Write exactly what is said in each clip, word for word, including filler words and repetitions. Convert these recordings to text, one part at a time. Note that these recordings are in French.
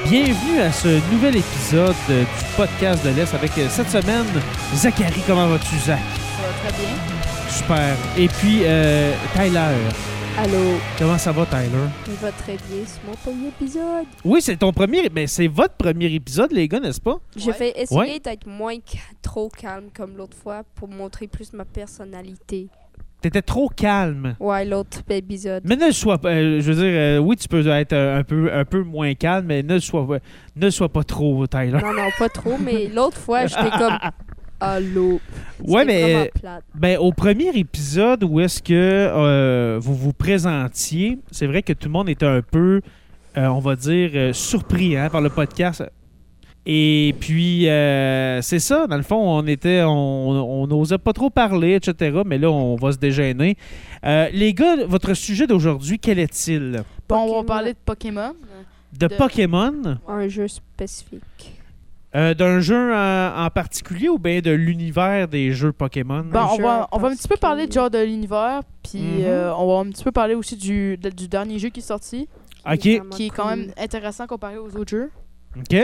Bienvenue à ce nouvel épisode euh, du podcast de l'Est avec euh, cette semaine, Zachary. Comment vas-tu, Zach? Ça va très bien. Super. Et puis, euh, Tyler. Allô? Comment ça va, Tyler? Ça va très bien, c'est mon premier épisode. Oui, c'est ton premier... Ben, c'est votre premier épisode, les gars, n'est-ce pas? Je Ouais. vais essayer Ouais. d'être moins ca- trop calme comme l'autre fois pour montrer plus ma personnalité. T'étais trop calme. Ouais, l'autre épisode. Mais ne le sois pas... euh, je veux dire, euh, oui, tu peux être euh, un peu, un peu moins calme, mais ne le sois, pas- ne le sois pas trop, Tyler. Non, non, pas trop, mais l'autre fois, j'étais comme allô. Ouais, C'était mais... vraiment plate. Ben, au premier épisode où est-ce que euh, vous vous présentiez, c'est vrai que tout le monde était un peu, euh, on va dire, euh, surpris hein, par le podcast. Et puis, euh, c'est ça, dans le fond, on était, on on n'osait pas trop parler, et cetera. Mais là, on va se dégêner. Euh, les gars, votre sujet d'aujourd'hui, quel est-il? Bon, on Pokémon. va parler de Pokémon. De, De- Pokémon? Un jeu spécifique. Euh, d'un jeu en, en particulier ou bien de l'univers des jeux Pokémon? Bon, on jeu va, en on va un petit peu parler de particulier. genre de l'univers, puis Mhm. euh, on va un petit peu parler aussi du, de- du dernier jeu qui est sorti, OK. C'est vraiment qui est quand cool. même intéressant comparé aux autres jeux. OK.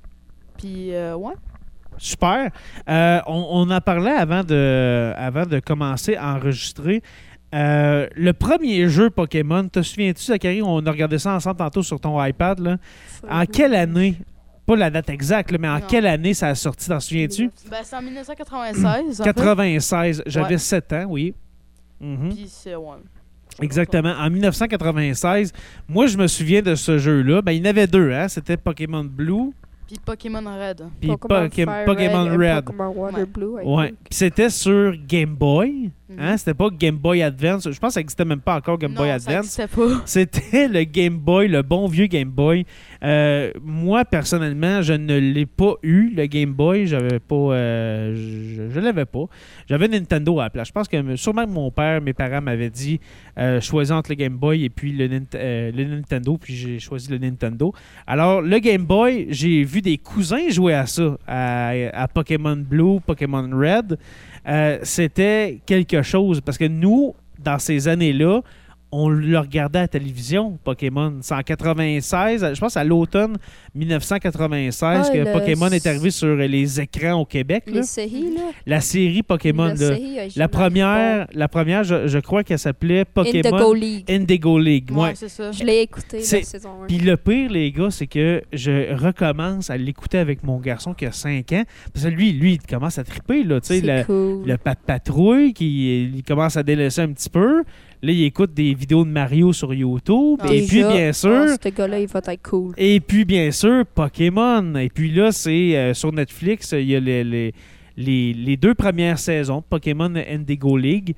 Puis, euh, ouais. Super. Euh, on, on en parlait avant de, avant de commencer à enregistrer. Euh, le premier jeu Pokémon, te souviens-tu, Zachary? On a regardé ça ensemble tantôt sur ton iPad. Là. En quelle année? Pas la date exacte, là, mais en Non. quelle année ça a sorti? T'en souviens-tu? Ben, c'est en dix-neuf cent quatre-vingt-seize. en fait. quatre-vingt-seize. J'avais Ouais. sept ans, oui. Mhm. Puis, c'est, ouais. Exactement. En dix-neuf cent quatre-vingt-seize, moi, je me souviens de ce jeu-là. Ben, il y en avait deux. Hein? C'était Pokémon Blue Puis Pokémon Red. puis Pokémon, Poké- Fire Pokémon Red. et Red. Pokémon Water Ouais. Blue. I Ouais. think. Puis c'était sur Game Boy. Hein? Mhm. C'était pas Game Boy Advance. Je pense que ça n'existait même pas encore, Game non, Boy ça Advance. existait pas. C'était le Game Boy, le bon vieux Game Boy. Euh, moi, personnellement, je ne l'ai pas eu, le Game Boy. J'avais pas... euh, je je l'avais pas. J'avais Nintendo à la place. Je pense que sûrement que mon père, mes parents m'avaient dit euh, choisis entre le Game Boy et puis le, Nint- euh, le Nintendo. Puis j'ai choisi le Nintendo. Alors, le Game Boy, j'ai vu des cousins jouer à ça, à, à Pokémon Blue, Pokémon Red. Euh, c'était quelque chose parce que nous, dans ces années-là, on le regardait à la télévision, Pokémon. C'est en quatre-vingt-seize, je pense à l'automne dix-neuf cent quatre-vingt-seize Ah, que le- Pokémon est arrivé sur les écrans au Québec. là. Les séries, là. La série Pokémon. La là. série, euh, j'ai La mal première, la première je, je crois qu'elle s'appelait bon. Pokémon Indigo League. Indigo League. Ouais, Ouais. c'est ça. Je l'ai écouté, C'est- la saison un. Puis le pire, les gars, c'est que je recommence à l'écouter avec mon garçon qui a cinq ans. Parce que lui, lui, il commence à triper, là, tu sais, C'est le, cool. le pat patrouille qui il commence à délaisser un petit peu. Là, il écoute des vidéos de Mario sur YouTube. Ah, et Déjà, puis, bien sûr, oh, ce gars-là, il va être cool. et puis, bien sûr, Pokémon. Et puis là, c'est euh, sur Netflix, il y a les, les, les, les deux premières saisons de Pokémon Indigo League.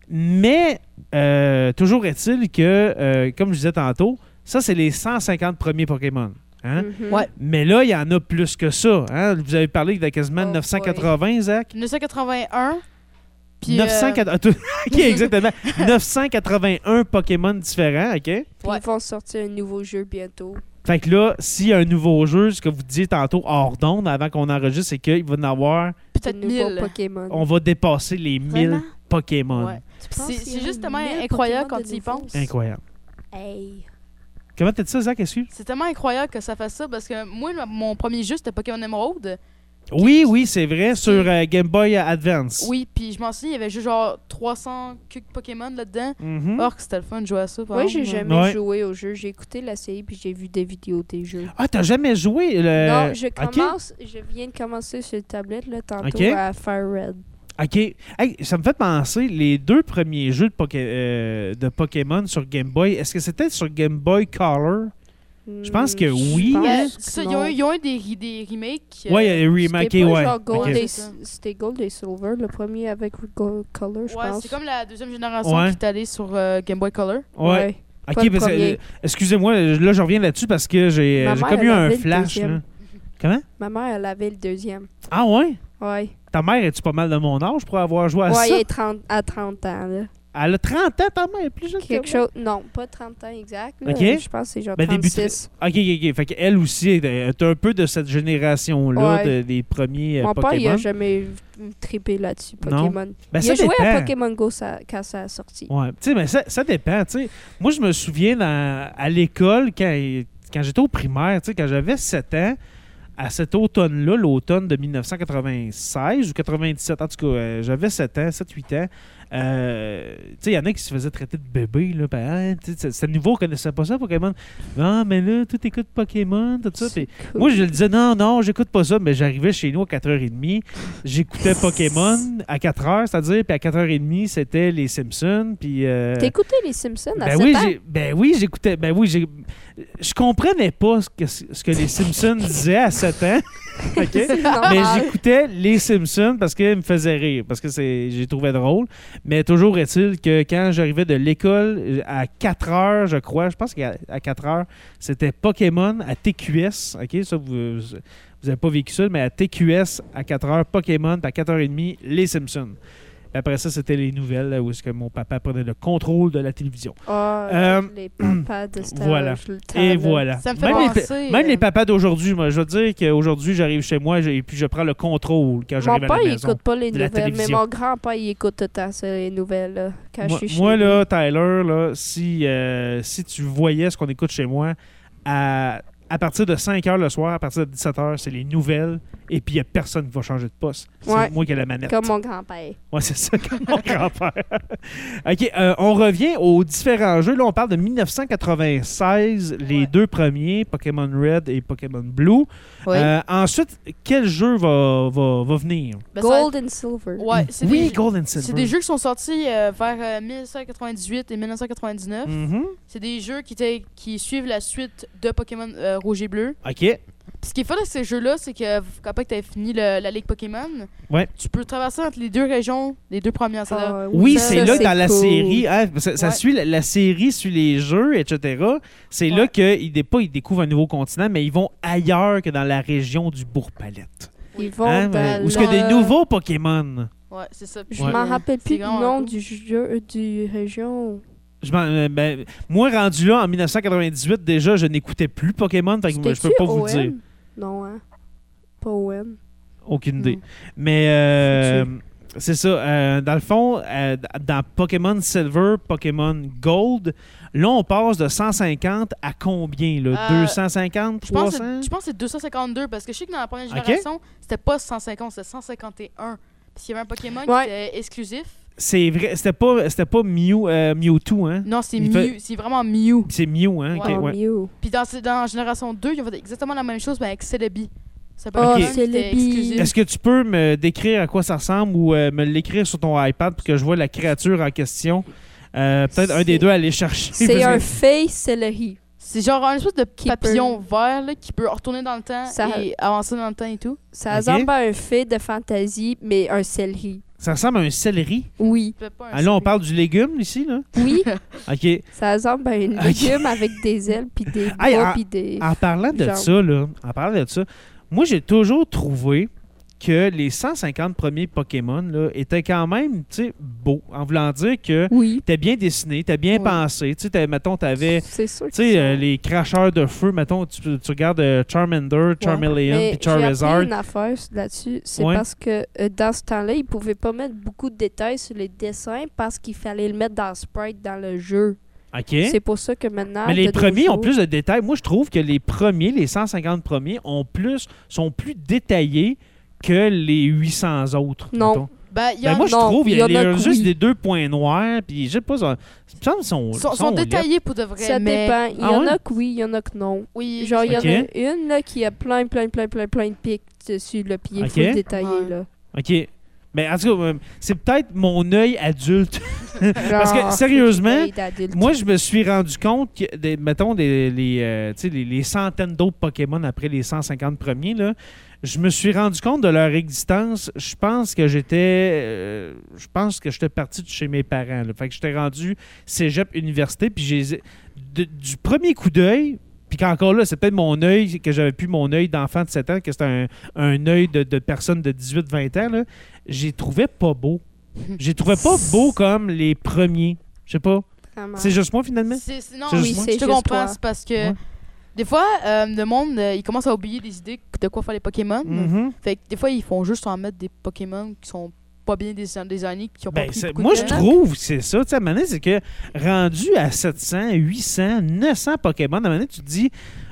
Mais, euh, toujours est-il que, euh, comme je disais tantôt, ça, c'est les cent cinquante premiers Pokémon. Hein? Mhm. Ouais. Mais là, il y en a plus que ça. Hein? Vous avez parlé de quasiment Oh, neuf cent quatre-vingts, Zach? dix-neuf cent quatre-vingt-un. Puis, neuf cent quatre-vingts. OK, exactement. neuf cent quatre-vingt-un Pokémon différents, OK? Puis Ouais. ils vont sortir un nouveau jeu bientôt. Fait que là, s'il y a un nouveau jeu, ce que vous disiez tantôt hors d'onde, avant qu'on enregistre, c'est qu'il va y en avoir... peut-être De nouveaux mille. Pokémon. On va dépasser les mille Vraiment? Pokémon. Ouais. Tu penses C'est qu'il y c'est a justement mille incroyable Pokémon quand de tu y nouveaux? penses. Incroyable. Hey. Comment t'as dit ça, Zach? Est-ce que... C'est tellement incroyable que ça fasse ça parce que moi, ma- mon premier jeu, c'était Pokémon Emerald. Oui, oui, c'est vrai, sur euh, Game Boy Advance. Oui, puis je m'en souviens, il y avait juste genre trois cents quelques Pokémon là-dedans. Mhm. Or que c'était le fun de jouer à ça. par Moi, exemple. j'ai jamais Ouais. joué au jeu. J'ai écouté la série puis j'ai vu des vidéos des jeux. Ah, t'as jamais joué? Le... non, je OK. commence, je viens de commencer sur tablette là, tantôt OK. à Fire Red. OK. Hey, ça me fait penser, les deux premiers jeux de, Poké- euh, de Pokémon sur Game Boy, est-ce que c'était sur Game Boy Color? Je pense que Hmm, oui, je hein. Il y a- pense que ça, ils, non. ont, ils ont eu des, re- des remakes. euh, Ouais, il y a les remakes, C'était pas ouais. genre Gold OK. et- Ouais, c'est ça. C'était Gold et Silver, le premier avec Gold Color, je Ouais, pense. c'est comme la deuxième génération Ouais. qui est allée sur euh, Game Boy Color. Ouais. Pas OK, le parce que, premier. euh, excusez-moi, là, je reviens là-dessus parce que j'ai Ma j'ai mère, comme eu elle un avait le flash. deuxième. Là. Comment? Ma mère, elle avait le deuxième. Ah ouais? Ouais. Ta mère, es-tu pas mal de mon âge pour avoir joué à Ouais, ça? elle est trente, à trente ans, là. Elle a trente ans, ta mère, elle est plus jeune Quelque que moi. chose. Non, pas trente ans exact. Là. OK. Je pense que c'est genre Ben, début de- trente-six. OK, OK, OK. Fait qu'elle aussi est est un peu de cette génération-là, Ouais. de- des premiers euh, Mon père, il Pokémon. a jamais trippé là-dessus, Non. Pokémon. Ben, il ça a joué dépend. à Pokémon Go ça- quand ça a sorti. Ouais, tu sais, mais ça, ça dépend, tu sais. Moi, je me souviens dans- à l'école, quand, quand j'étais au primaire, tu sais, quand j'avais sept ans, à cet automne-là, l'automne de mille neuf cent quatre-vingt-seize ou quatre-vingt-dix-sept, en tout cas, euh, j'avais sept ans, sept huit ans. Euh, tu sais, il y en a qui se faisaient traiter de bébé. Là, ben, hein, c'était nouveau, on connaissait pas ça, Pokémon. Non, mais là, tout écoute Pokémon, tout ça. Puis Cool. moi, je le disais, non, non, j'écoute pas ça. Mais j'arrivais chez nous à quatre heures trente. J'écoutais Pokémon à quatre heures, c'est-à-dire, puis à quatre heures trente, c'était les Simpsons. Puis. Euh, T'écoutais les Simpsons à ben sept oui, ans? j'ai- ben oui, j'écoutais. Ben oui, j'ai. Je comprenais pas ce que, ce que les Simpsons disaient à sept ans. OK? C'est normal. Mais j'écoutais les Simpsons parce qu'ils me faisaient rire, parce que c'est, j'ai trouvé drôle. Mais toujours est-il que quand j'arrivais de l'école à quatre heures, je crois, je pense qu'à à quatre heures, c'était Pokémon à T Q S. OK? Ça, vous vous avez pas vécu ça, mais à T Q S, à quatre heures, Pokémon, puis à quatre heures trente, les Simpsons. Puis après ça, c'était les nouvelles, là, où est-ce que mon papa prenait le contrôle de la télévision. Ah, Euh, les papas de Star voilà. le temps, Et là. voilà. Ça me fait même les, penser, même euh, les papas d'aujourd'hui, moi, je veux dire qu'aujourd'hui, j'arrive chez moi et puis je prends le contrôle quand Mon j'arrive à père, la il maison. écoute pas les de la nouvelles, mais télévision. mon grand-père, il écoute tout le temps ça, les nouvelles, là, quand Moi, je suis chez moi, lui. là, Tyler, là, si, euh, si tu voyais ce qu'on écoute chez moi, à, à partir de cinq heures le soir, à partir de dix-sept heures, c'est les nouvelles et puis il n'y a personne qui va changer de poste. C'est Ouais. moi qui ai la manette. Comme mon grand-père. Ouais, c'est ça, comme mon grand-père. OK, euh, on revient aux différents jeux. Là, on parle de mille neuf cent quatre-vingt-seize, les Ouais. deux premiers, Pokémon Red et Pokémon Blue. Oui. Euh, ensuite, quel jeu va, va, va venir? Ben, ça va Gold and Silver. être- Ouais, c'est Oui, des, Gold and Silver. c'est des jeux qui sont sortis euh, vers euh, mille neuf cent quatre-vingt-dix-huit et mille neuf cent quatre-vingt-dix-neuf. Mhm. C'est des jeux qui, étaient- qui suivent la suite de Pokémon euh, Rouge et Bleu. OK. Puis ce qui est fun de ces jeux-là, c'est que après que tu as fini le- la Ligue Pokémon, Ouais. tu peux traverser entre les deux régions, les deux premières. c'est là. Ah, Oui, ça, c'est ça, là c'est dans la cool. série. hein, ça ça Ouais. suit la, la série, suit les jeux, et cetera. C'est là Ouais. qu'ils dé- pas ils découvrent un nouveau continent, mais ils vont ailleurs que dans la région du Bourg-Palette. Ils vont Hein, dans où est-ce qu'il y a le- des nouveaux Pokémon? Ouais, c'est ça. Je Ouais. m'en rappelle C'est plus du vraiment nom cool. du jeu du région. Je m'en- euh, ben, moi, rendu là, en mille neuf cent quatre-vingt-dix-huit, déjà, je n'écoutais plus Pokémon, fait que je peux C'était-tu pas vous O le M? dire. Non, hein? Pas O M. Aucune idée. Non. Mais euh, c'est ça. euh, dans le fond, euh, dans Pokémon Silver, Pokémon Gold, là, on passe de cent cinquante à combien? Là? Euh, deux cent cinquante, Je pense, que trois cents? c'est- je pense que c'est deux cent cinquante-deux parce que je sais que dans la première génération, c'était pas cent cinquante, c'était cent cinquante et un. Parce qu'il y avait un Pokémon Ouais. qui était exclusif. C'est vrai. C'était pas, c'était pas Mew, euh, Mewtwo, hein? Non, c'est Il Mew, fait- c'est vraiment Mew. C'est Mew, hein? Ok, Ouais. Oh, ouais. Mew. Puis dans, dans Génération deux, ils ont fait exactement la même chose, mais avec Celebi. C'est un Oh, Pokémon qui Celebi. était exclusif. Est-ce que tu peux me décrire à quoi ça ressemble ou euh, me l'écrire sur ton iPad pour que je vois la créature en question? Euh, peut-être un des C'est- deux à aller chercher. C'est parce un que- fée céleri. C'est genre un espèce de Qui papillon peut- vert là, qui peut retourner dans le temps Ça- et avancer dans le temps et tout. Ça Ok. ressemble à un fée de fantasy, mais un céleri. Ça ressemble à un céleri. Oui. Peut pas un Ah, là, on Celebi. parle du légume ici, là? Oui, OK. ça ressemble à un Ok. légume avec des ailes, puis des Hey, bras, en- puis des... En parlant de Genre. ça, là, en parlant de ça, moi, j'ai toujours trouvé que les cent cinquante premiers Pokémon là, étaient quand même, tu sais, beaux. En voulant dire que Oui, t'es bien dessiné, t'es bien Oui. pensé. Tu sais, t'as- mettons, t'avais... c'est sûr. Tu sais, euh, les cracheurs de feu, mettons, tu, tu regardes euh, Charmander, Charmeleon, Mais puis j'ai appris Charizard. une affaire là-dessus, c'est Ouais. parce que euh, dans ce temps-là, ils pouvaient pas mettre beaucoup de détails sur les dessins parce qu'il fallait le mettre dans Sprite dans le jeu. OK. C'est pour ça que maintenant... Mais les de nos premiers ont jours- plus de détails. Moi, je trouve que les premiers, les cent cinquante premiers, ont plus, sont plus détaillés que les huit cents autres. Non. mettons. Ben, il y Ben en moi, je non, trouve il y il y a, en a les- que juste oui. des deux points noirs, puis je sais pas, ça, il me semble qu'ils sont, Ils sont, sont sont lettres. détaillés pour de vrai, Ça mais... dépend. Il y Ah en ouais? a que oui, il y en a que non. Oui, Genre, il y Ok. en a une là, qui a plein, plein, plein, plein, plein de pics dessus, là, puis il Ok. faut le détailler, Ouais. là. OK. Mais en tout cas, euh, c'est peut-être mon œil adulte. Parce que, Genre, sérieusement, faut qu'il aille d'adulte. Moi, je me suis rendu compte que, des- mettons, des, les, euh, tu sais, les, les centaines d'autres Pokémon après les cent cinquante premiers, là, je me suis rendu compte de leur existence. Je pense que j'étais euh, je pense que j'étais parti de chez mes parents. Là. Fait que j'étais rendu cégep université, puis j'ai de- du premier coup d'œil, puis qu'encore là, c'est peut-être mon œil, que j'avais plus mon œil d'enfant de sept ans, que c'était un, un œil de, de personne de dix-huit vingt ans, là, j'ai trouvé pas beau. J'ai trouvé pas beau comme les premiers. Je sais pas. Vraiment. C'est juste moi, finalement? C'est- c'est- non, C'est oui, juste moi? je C'est te juste comprends, toi. c'est parce que Ouais. des fois, euh, le monde, euh, il commence à oublier des idées de quoi faire les Pokémon. Mhm. Fait que des fois, ils font juste en mettre des Pokémon qui sont pas bien desi- designés, qui ont pas Ben, pris c'est- beaucoup moi, de je temps. trouve que c'est ça. Tu sais, à un moment donné, c'est que rendu à sept cents, huit cents, neuf cents Pokémon, à un moment donné, tu te dis,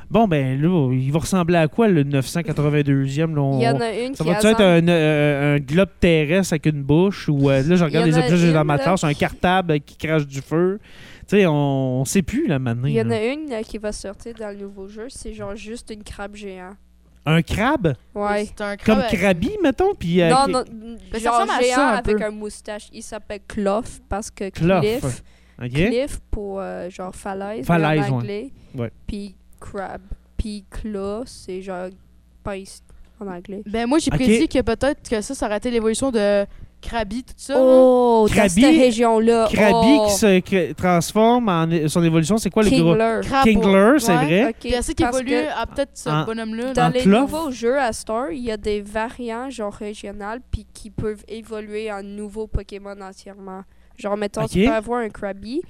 Bon, ben là, il va ressembler à quoi le neuf cent quatre-vingt-deuxième? Là, on- Il y en a une Ça qui va-tu être un, euh, un globe terrestre avec une bouche? Ou euh, là, je regarde Il y en les a objets que j'ai dans une, ma là, classe, un qui- cartable qui crache du feu. Tu sais, on, on sait plus, là, maintenant. Il y en là. a une là, qui va sortir dans le nouveau jeu, c'est genre juste une crabe géant. Un crabe? Ouais. C'est un Comme crabe avec- Krabi, mettons? Puis, euh, non, qui- non, Mais ça genre ressemble à géant ça un avec peu. un moustache. Il s'appelle Clough parce que Clough. Cliff, OK? Cliff pour euh, genre falaise, Falaise, mais en ouais. anglais. Ouais. Puis crab. Puis claw, c'est genre pince en anglais. Ben moi, j'ai Ok. prédit que peut-être que ça, ça aurait été l'évolution de Krabi, tout ça. là. Oh, dans Krabi- cette région-là. Krabi oh. qui se cré- transforme en son évolution, c'est quoi le gros? Kingler. Crabe, Kingler, c'est ouais. vrai. Ok, Puis assez qui parce évolue que à peut-être ce En- bonhomme-là. dans là. En les Clough. nouveaux jeux à Star, il y a des variants genre régionales puis qui peuvent évoluer en nouveaux Pokémon entièrement. Genre, mettons, Ok. tu peux avoir un Krabi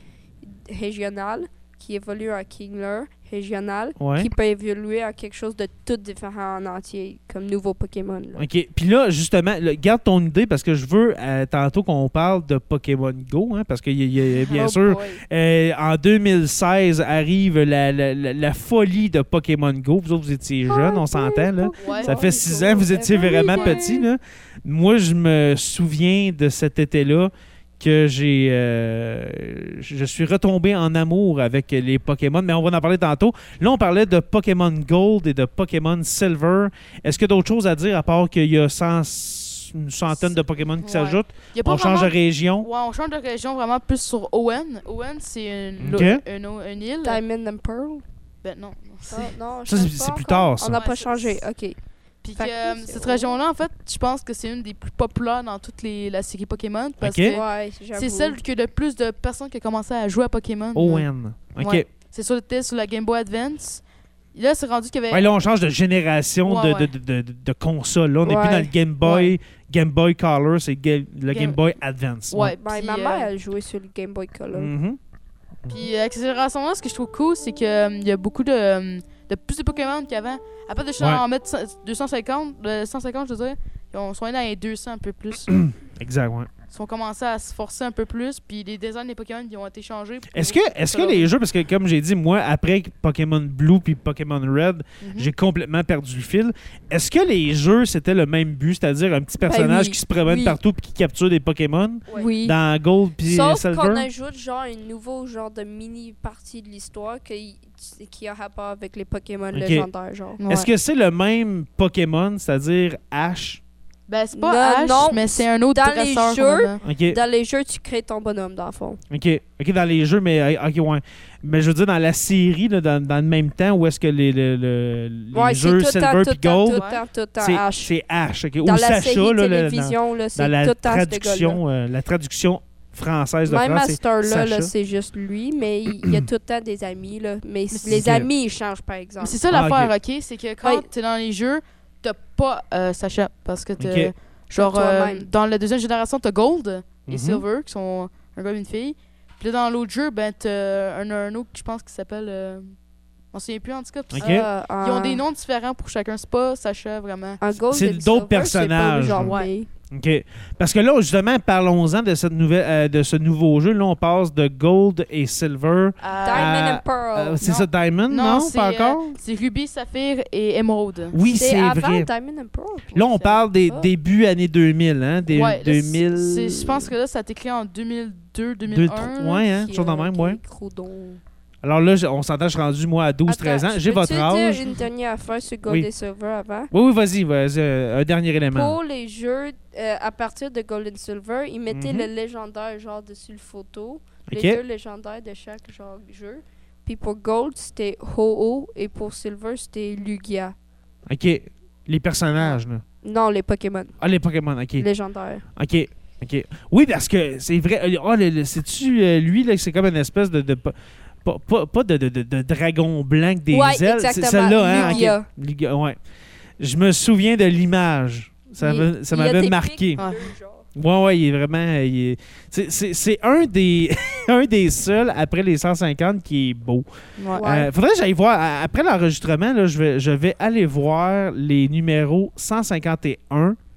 régional qui évolue en Kingler régional Ouais. qui peut évoluer en quelque chose de tout différent en entier, comme nouveau Pokémon. Là. OK. Puis là, justement, là, garde ton idée parce que je veux euh, tantôt qu'on parle de Pokémon Go, hein, parce que y a- y a- bien Oh sûr, boy. euh, en deux mille seize arrive la, la- la- la folie de Pokémon Go. Vous autres, vous étiez jeunes, on s'entend, là. Ouais. Ça fait six ans, vous étiez vraiment petits, là. Moi, je me souviens de cet été-là que j'ai euh, je suis retombé en amour avec les Pokémon, mais on va en parler tantôt. Là, on parlait de Pokémon Gold et de Pokémon Silver. Est-ce qu'il y a d'autres choses à dire à part qu'il y a cent, une centaine de Pokémon qui Ouais. s'ajoutent? Y a pas On change de vraiment- région? Ouais, on change de région vraiment plus sur Owen. Owen, c'est une, Ok. une, une île. Diamond and Pearl? Ben non. non, c'est- Ah, non, je Ça, sais c'est- pas c'est plus encore. tard, ça. On n'a Ouais, pas c'est- changé, ok. Puis Fait que, que euh, c'est cette Owen. région-là, en fait, je pense que c'est une des plus populaires dans toute les, la série Pokémon. Parce Ok. que Ouais, j'avoue. c'est celle qui a le plus de personnes qui ont commencé à jouer à Pokémon. Owen. OK. Ouais. C'est sur, c'était sur la Game Boy Advance. Là, c'est rendu qu'il y avait. Ouais, là, on change de génération Ouais, de, ouais. de, de, de, de console. Là, on n'est Ouais. plus dans le Game Boy, Ouais. Game Boy Color, c'est ga- le Game Game- Boy Advance. Ouais. Ben, puis, ma euh, mère, elle jouait sur le Game Boy Color. Mhm. Puis euh, avec ces générations-là, ce que je trouve cool, c'est qu'il y a beaucoup de, euh, de plus de Pokémon qu'avant. Après de Ouais. en mettre cent- deux cent cinquante, euh, cent cinquante, je veux dire, ils sont allés dans les deux cents un peu plus. Exact, ouais. Ils ont commencé à se forcer un peu plus, puis les designs des Pokémon ils ont été changés. pour- Est-ce que, est-ce que pour- les jeux, parce que comme j'ai dit, moi, après Pokémon Blue puis Pokémon Red, Mhm. j'ai complètement perdu le fil. Est-ce que les jeux, c'était le même but, c'est-à-dire un petit personnage oui. qui se promène Oui. partout puis qui capture des Pokémon Ouais. Oui. dans Gold puis Sauf Silver? qu'on ajoute genre un nouveau genre de mini partie de l'histoire qui, qui a rapport avec les Pokémon Ok. légendaires, genre. Ouais. Est-ce que c'est le même Pokémon, c'est-à-dire Ash? Ben, c'est pas Non, Ash, non, mais c'est un autre dans les dresseur. jeux- qu'on a. OK. Dans les jeux, tu crées ton bonhomme, dans le fond. OK. OK, dans les jeux, mais euh, OK, ouais. Mais je veux dire, dans la série, là, dans, dans le même temps, où est-ce que les, le- le- les Ouais, c'est jeux tout le temps, Silver tout puis le temps, tout Gold, le temps, tout le temps c'est Ash. c'est Ash. OK. Dans Ou la Sacha, série là, le- dans, télévision, là, dans c'est la tout le temps ce gars-là. traduction, euh, la traduction française de Même France, à c'est cette heure-là, Sacha. là, c'est juste lui, mais il il y a tout le temps des amis, là. Mais c'est- les Ok. amis, ils changent, par Mais exemple. c'est ça Ah, l'affaire, ok? C'est que quand Ouais. t'es dans les jeux, t'as pas euh, Sacha. Parce que t'as. Ok. Genre, C'est euh, toi-même. dans la deuxième génération, t'as Gold et Mhm. Silver, qui sont un gars et une fille. Puis là, dans l'autre jeu, ben, t'as un, un autre, je pense, qui s'appelle. Euh... On s'en souvient plus, en tout cas. Puis Ok. Ah, Ils ont en- des noms différents pour chacun. C'est pas Sacha, vraiment. en Gold C'est and d'autres Silver, personnages, c'est pas genre, ouais. OK. Parce que là, justement, parlons-en de, cette nouvelle, euh, de ce nouveau jeu. Là, on passe de Gold et Silver. Euh, Diamond Euh, and Pearl. Euh, c'est non. ça, Diamond? Non, Non, c'est, pas euh, encore? C'est Ruby, Saphir et Emerald. Oui, C'est c'est avant vrai. Diamond and Pearl. Là, on C'est- parle des Ah. débuts années deux mille, hein? Des Ouais, là, deux c'est- mille... c'est- Je pense que là, ça a été créé en deux mille deux, deux mille Deux, un. trois- là. ouais, hein? Qui, Chose de euh, même, qui ouais. est Crodon. Alors là, je- on s'entend, je suis rendu, moi, à douze treize ans. Attends, J'ai votre peux-tu âge. dire une dernière affaire sur Gold Oui. et Silver avant? Oui, oui, vas-y, vas-y, euh, un dernier élément. Pour les jeux, euh, à partir de Gold and Silver, ils mettaient Mhm. le légendaire genre dessus le photo. OK. Les deux légendaires de chaque genre jeu. Puis pour Gold, c'était Ho-Oh et pour Silver, c'était Lugia. OK. Les personnages, là. Non, les Pokémon Ah, les Pokémon, OK. légendaires. OK. OK. Oui, parce que c'est vrai. euh, Ah, le- le- c'est-tu euh, lui, là, c'est comme une espèce de. de pas, pas, pas- pas de, de, de, de dragon blanc avec des Ouais, ailes. C'est exactement. celle-là, hein? Lugia. OK. Lugia, ouais. Je me souviens de l'image. Ça, Il- m'avait- ça il a m'avait des marqué. pics Ouais. bleus, genre. Ouais, ouais, il est vraiment. il est- c'est- C'est c'est un des, un des seuls après les cent cinquante qui est beau. Ouais. Ouais. Euh, faudrait que j'aille voir. à- Après l'enregistrement, là, je vais, je vais aller voir les numéros cent cinquante et un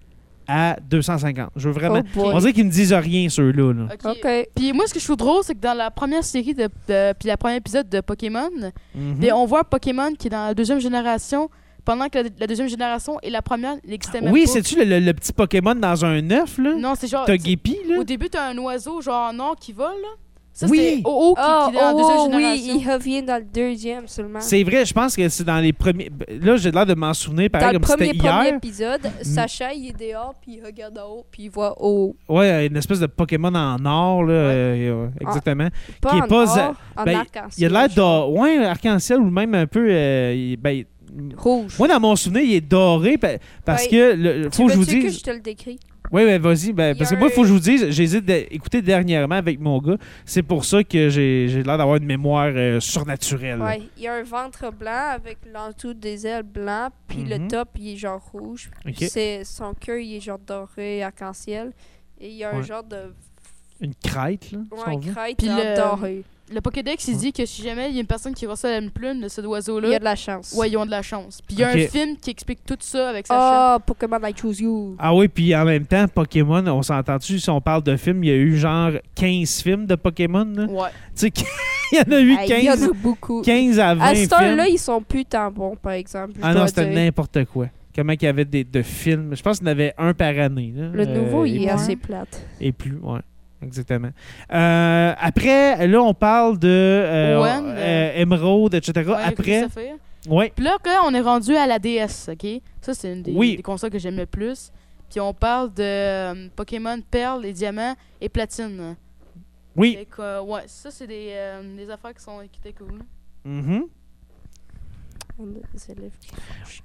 à deux cent cinquante. Je veux vraiment... Oh boy. On dirait qu'ils me disent rien, ceux-là. Là. Ok. OK. Puis moi, ce que je trouve drôle, c'est que dans la première série, de, de- puis la première épisode de Pokémon, Mhm. puis on voit un Pokémon qui est dans la deuxième génération, pendant que la, la deuxième génération et la première n'existaient même Oui, pas. c'est-tu le, le- le petit Pokémon dans un œuf, là? Non, c'est genre... Togepi, là? Au début, t'as un oiseau genre en or qui vole, là. Ça, Oui. c'était O O qui, Oh, qui est dans la oh, deuxième oh, oui, génération. il revient dans le deuxième seulement. C'est vrai, je pense que c'est dans les premiers... Là, j'ai l'air de m'en souvenir, Dans pareil, le comme premier, c'était premier hier. épisode, Sacha, il est dehors, puis il regarde en haut, puis il voit oh, Ouais, une espèce de Pokémon en or, là, euh, exactement. pas Qui est en pas or, za- en ben, arc-en-ciel. Il a l'air genre. de... Ouais, arc-en-ciel ou même un peu... euh, il- ben, Rouge. moi, dans mon souvenir, il est doré pa- parce Ouais. que... Le, Tu faut que je vous veux-tu que dise... je te le décris? Oui, ouais, vas-y. Ben, Il y parce a que moi, il faut un- que je vous dise, j'ai d'écouter dernièrement avec mon gars. C'est pour ça que j'ai j'ai l'air d'avoir une mémoire euh, surnaturelle. Ouais, il y a un ventre blanc avec l'entour des ailes blanc, puis Mhm. le top, il est genre rouge. Ok. Puis c'est son cœur, il est genre doré, arc-en-ciel. Et il y a un Ouais. genre de Une crête, là, si ouais, on veut. crête Puis en le- doré. Le Pokédex, il dit que si jamais il y a une personne qui reçoit une plume de cet Il y a oiseau-là, de la chance. ouais, ils ont de la chance. Puis il y a Ok. un film qui explique tout ça avec Sacha. Oh, Pokémon I Choose You. Ah oui, puis en même temps, Pokémon, on s'entend-tu, si on parle de films, il y a eu genre quinze films de Pokémon. là. Ouais. Tu sais, il y en a eu Hey, il y en quinze, a beaucoup. quinze à vingt À cette heure-là, films. ils sont plus tant bons, par exemple. je Ah non, dois c'était dire. n'importe quoi. Comment il y avait des, de films. Je pense qu'il y en avait un par année. là. Le nouveau, Euh, il et, est ouais. assez plate. et plus, ouais. Exactement. Euh, après, là, on parle de euh, Owen, euh, Emerald, et cetera. Ouais, après, Christopher. ouais. Puis là, là, on est rendu à la D S, OK? Ça, c'est une des, Oui. des consoles que j'aime le plus. Puis on parle de euh, Pokémon Perle et Diamant et Platine. Oui. Fait que, euh, ouais, ça, c'est des, euh, des affaires qui, sont, qui étaient cool. Mhm. On a des élèves qui font chier.